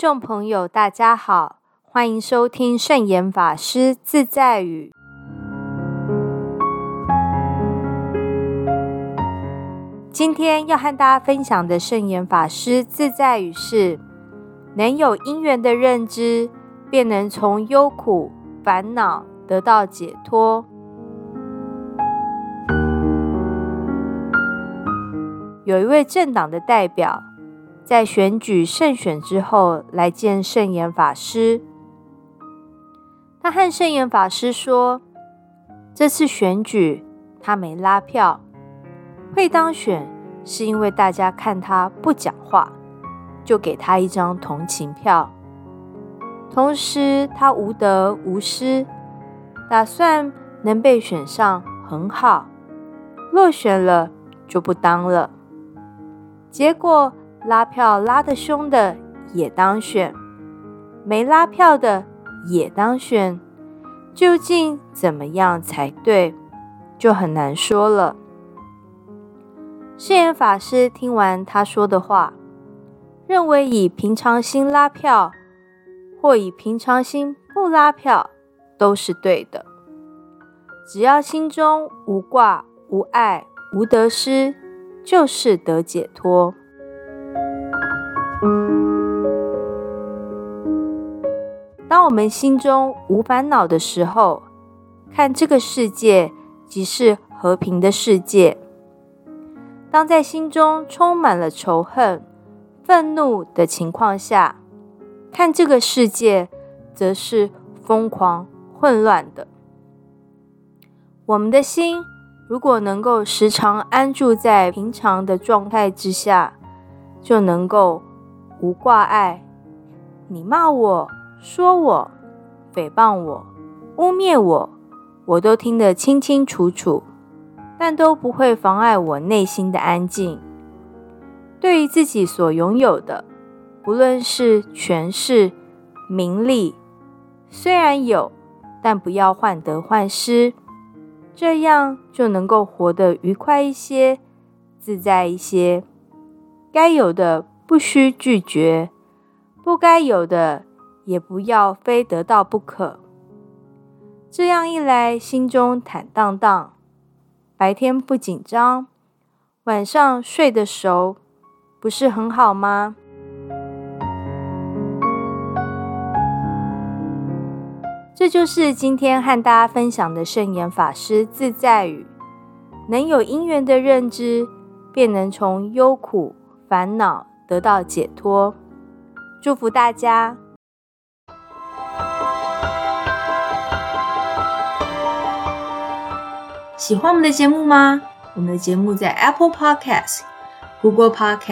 众朋友大家好，欢迎收听圣严法师自在语。今天要和大家分享的圣严法师自在语是：能有因缘的认知，便能从忧苦烦恼得到解脱。有一位政党的代表在选举胜选之后来见圣严法师，他和圣严法师说，这次选举他没拉票，会当选是因为大家看他不讲话，就给他一张同情票。同时他无得无失，打算能被选上很好，落选了就不当了。结果拉票拉得凶的也当选，没拉票的也当选，究竟怎么样才对，就很难说了。圣严法师听完他说的话，认为以平常心拉票或以平常心不拉票都是对的，只要心中无挂无碍无得失，就是得解脱。当我们心中无烦恼的时候，看这个世界即是和平的世界；当在心中充满了仇恨、愤怒的情况下，看这个世界则是疯狂、混乱的。我们的心如果能够时常安住在平常的状态之下，就能够无挂碍。你骂我、说我、诽谤我、污蔑我，我都听得清清楚楚，但都不会妨碍我内心的安静。对于自己所拥有的，不论是权势、名利，虽然有，但不要患得患失，这样就能够活得愉快一些，自在一些。该有的不需拒绝，不该有的也不要非得到不可。这样一来，心中坦荡荡，白天不紧张，晚上睡得熟，不是很好吗？这就是今天和大家分享的圣严法师自在语。能有因缘的认知，便能从忧苦烦恼得到解脱。祝福大家！喜欢我们的节目吗？我们的节目在 Apple Podcast、Google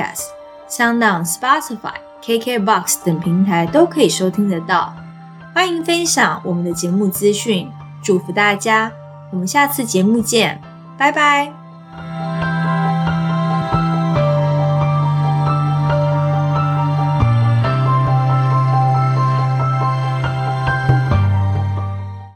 Podcast、SoundOn、Spotify、KKBox 等平台都可以收听得到。欢迎分享我们的节目资讯，祝福大家！我们下次节目见，拜拜。